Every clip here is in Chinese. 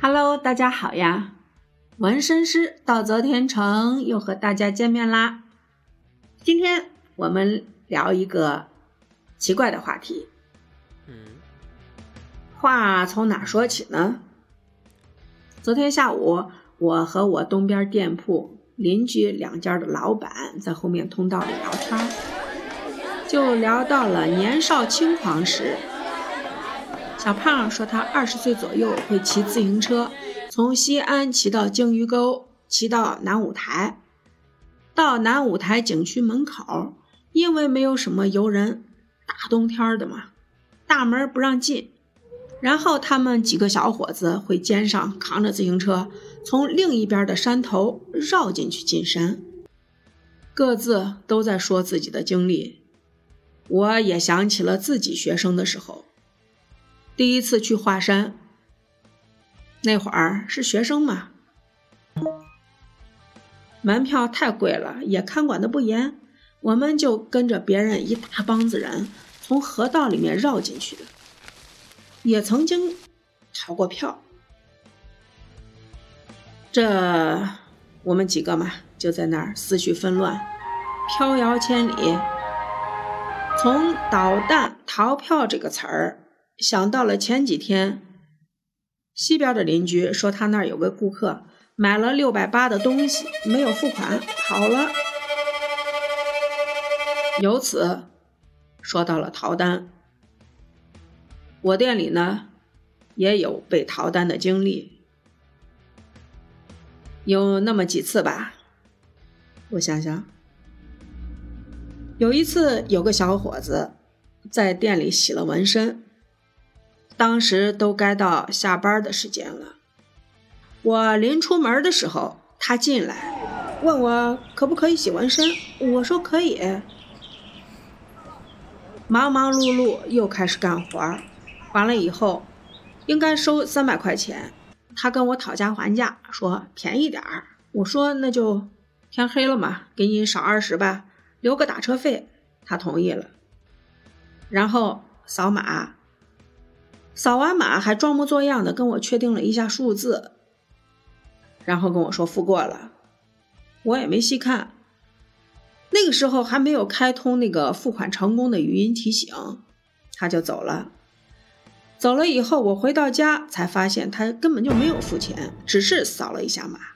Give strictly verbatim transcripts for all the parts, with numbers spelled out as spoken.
Hello， 大家好呀！纹身师道泽天成又和大家见面啦。今天我们聊一个奇怪的话题。 嗯， 话从哪说起呢？昨天下午，我和我东边店铺邻居两家的老板在后面通道里聊天，就聊到了年少轻狂时。小胖说他二十岁左右会骑自行车，从西安骑到鲸鱼沟，骑到南五台。到南五台景区门口，因为没有什么游人，大冬天的嘛，大门不让进。然后他们几个小伙子会肩上扛着自行车，从另一边的山头绕进去进山。各自都在说自己的经历。我也想起了自己学生的时候。第一次去华山，那会儿是学生嘛，门票太贵了，也看管的不严，我们就跟着别人一大帮子人从河道里面绕进去的，也曾经逃过票。这我们几个嘛，就在那儿思绪纷乱，飘摇千里。从导弹逃票这个词儿想到了前几天西边的邻居说他那儿有个顾客买了六百八的东西没有付款跑了，由此说到了逃单。我店里呢也有被逃单的经历，有那么几次吧。我想想，有一次有个小伙子在店里洗了纹身，当时都该到下班的时间了。我临出门的时候，他进来问我可不可以洗纹身，我说可以。忙忙碌碌又开始干活，完了以后应该收三百块钱，他跟我讨价还价说便宜点儿，我说那就天黑了嘛，给你少二十吧，留个打车费，他同意了。然后扫码，扫完码还装模作样的跟我确定了一下数字，然后跟我说付过了。我也没细看，那个时候还没有开通那个付款成功的语音提醒，他就走了。走了以后我回到家才发现他根本就没有付钱，只是扫了一下码。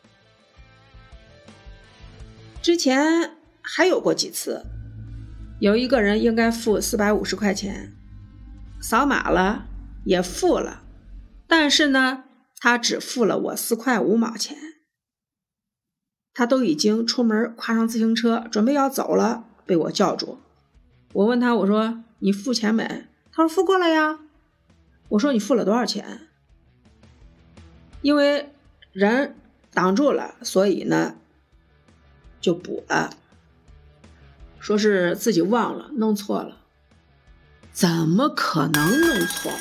之前还有过几次，有一个人应该付四百五十块钱，扫码了也付了，但是呢他只付了我四块五毛钱。他都已经出门跨上自行车准备要走了，被我叫住。我问他，我说你付钱没？他说付过了呀。我说你付了多少钱？因为人挡住了，所以呢就补了，说是自己忘了弄错了。怎么可能弄错了？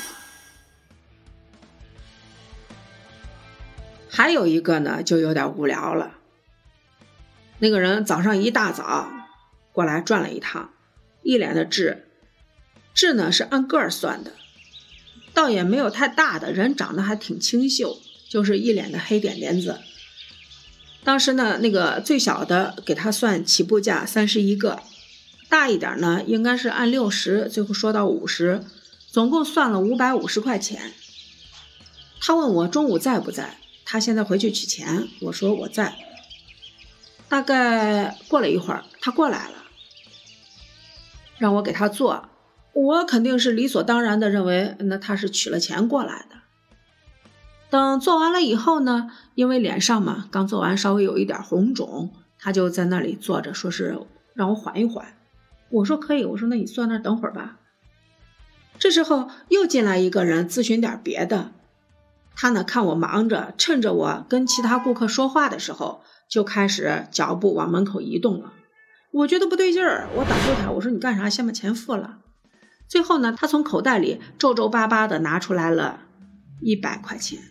还有一个呢就有点无聊了。那个人早上一大早过来转了一趟，一脸的痣，痣呢是按个儿算的，倒也没有太大的，人长得还挺清秀，就是一脸的黑点点子。当时呢那个最小的给他算起步价三十一个，大一点呢应该是按六十，最后说到五十，总共算了五百五十块钱。他问我中午在不在，他现在回去取钱，我说我在。大概过了一会儿他过来了，让我给他做，我肯定是理所当然的认为那他是取了钱过来的。等做完了以后呢，因为脸上嘛刚做完稍微有一点红肿，他就在那里坐着，说是让我缓一缓。我说可以，我说那你坐那儿等会儿吧。这时候又进来一个人咨询点别的，他呢看我忙着，趁着我跟其他顾客说话的时候就开始脚步往门口移动了。我觉得不对劲儿，我挡住他，我说你干啥，先把钱付了。最后呢他从口袋里皱皱巴巴的拿出来了一百块钱，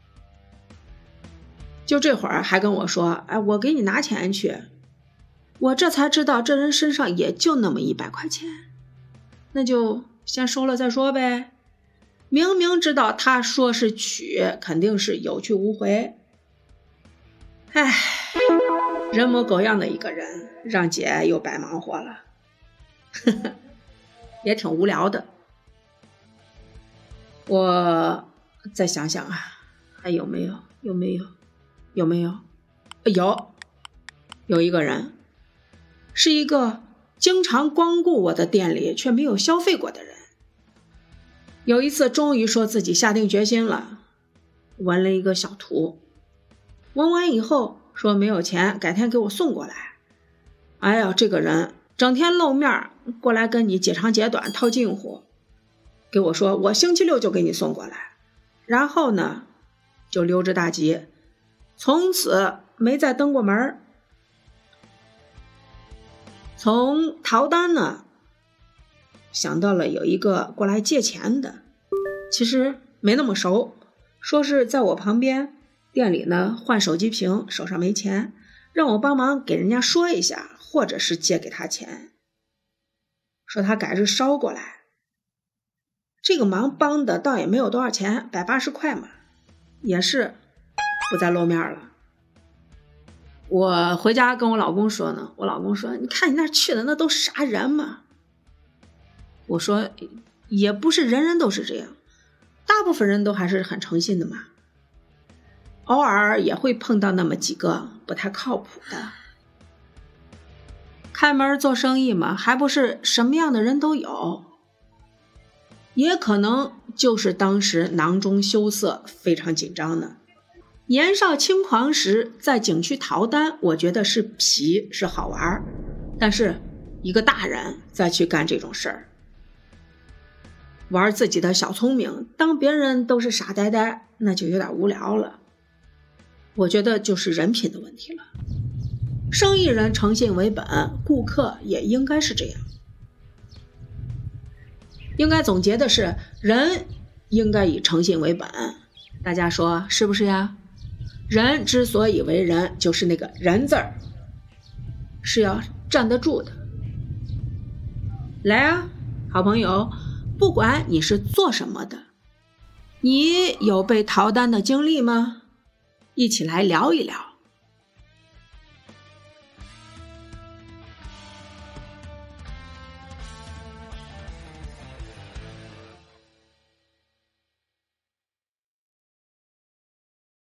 就这会儿还跟我说哎，我给你拿钱去。我这才知道这人身上也就那么一百块钱，那就先收了再说呗。 明明知道他说是娶，肯定是有去无回。唉，人模狗样的一个人，让姐又白忙活了。呵呵，也挺无聊的。我再想想啊，还有没有？有没有？有没有？有，有一个人，是一个经常光顾我的店里却没有消费过的人。有一次终于说自己下定决心了，纹了一个小图，纹完以后说没有钱，改天给我送过来。哎呀，这个人整天露面过来跟你解长解短套近乎，给我说我星期六就给你送过来，然后呢就溜之大吉，从此没再登过门。从逃单呢想到了有一个过来借钱的，其实没那么熟，说是在我旁边店里呢换手机屏，手上没钱，让我帮忙给人家说一下，或者是借给他钱，说他改日捎过来。这个忙帮的倒也没有多少钱，百八十块嘛，也是不再露面了。我回家跟我老公说呢，我老公说你看你那去的那都啥人嘛。我说也不是人人都是这样，大部分人都还是很诚信的嘛，偶尔也会碰到那么几个不太靠谱的。开门做生意嘛，还不是什么样的人都有，也可能就是当时囊中羞涩，非常紧张呢。年少轻狂时在景区逃单，我觉得是皮是好玩，但是一个大人再去干这种事儿，玩自己的小聪明，当别人都是傻呆呆，那就有点无聊了。我觉得就是人品的问题了。生意人诚信为本，顾客也应该是这样。应该总结的是，人应该以诚信为本，大家说是不是呀？人之所以为人，就是那个人字儿是要站得住的。来啊，好朋友，不管你是做什么的，你有被逃单的经历吗？一起来聊一聊。